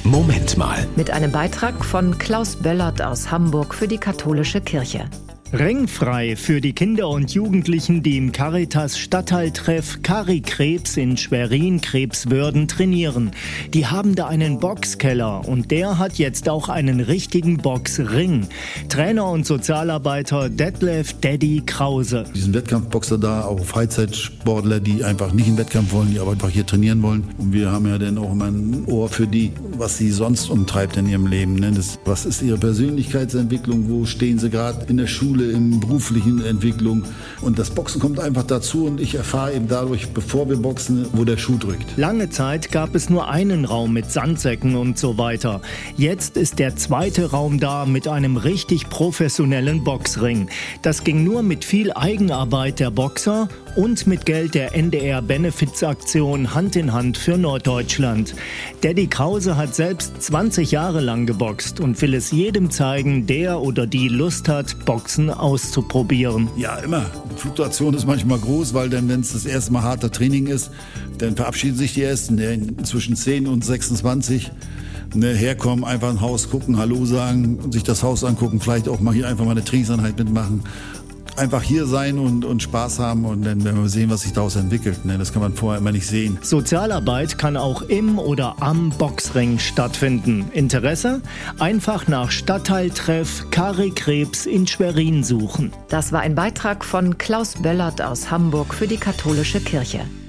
Moment mal. Mit einem Beitrag von Klaus Böllert aus Hamburg für die Katholische Kirche. Ringfrei für die Kinder und Jugendlichen, die im Caritas-Stadtteiltreff Cari-Krebs in Schwerin-Krebswörden trainieren. Die haben da einen Boxkeller und der hat jetzt auch einen richtigen Boxring. Trainer und Sozialarbeiter Detlef Daddy Krause. Diesen Wettkampfboxer da, auch Freizeitsportler, die einfach nicht in Wettkampf wollen, die aber einfach hier trainieren wollen. Und wir haben ja dann auch immer ein Ohr für die, was sie sonst umtreibt in ihrem Leben. Was ist ihre Persönlichkeitsentwicklung, wo stehen sie gerade in der Schule, in beruflichen Entwicklung. Und das Boxen kommt einfach dazu und ich erfahre eben dadurch, bevor wir boxen, wo der Schuh drückt. Lange Zeit gab es nur einen Raum mit Sandsäcken und so weiter. Jetzt ist der zweite Raum da mit einem richtig professionellen Boxring. Das ging nur mit viel Eigenarbeit der Boxer und mit Geld der NDR-Benefizaktion Hand in Hand für Norddeutschland. Daddy Krause hat selbst 20 Jahre lang geboxt und will es jedem zeigen, der oder die Lust hat, Boxen auszuprobieren. Ja, immer. Die Fluktuation ist manchmal groß, weil dann, wenn es das erste Mal harter Training ist, dann verabschieden sich die Ersten, zwischen 10 und 26. Herkommen, einfach ein Haus gucken, Hallo sagen, sich das Haus angucken, vielleicht auch mal hier einfach mal eine Trainingseinheit mitmachen. Einfach hier sein und Spaß haben und dann werden wir sehen, was sich daraus entwickelt. Das kann man vorher immer nicht sehen. Sozialarbeit kann auch im oder am Boxring stattfinden. Interesse? Einfach nach Stadtteiltreff Cari-Krebs in Schwerin suchen. Das war ein Beitrag von Klaus Böllert aus Hamburg für die Katholische Kirche.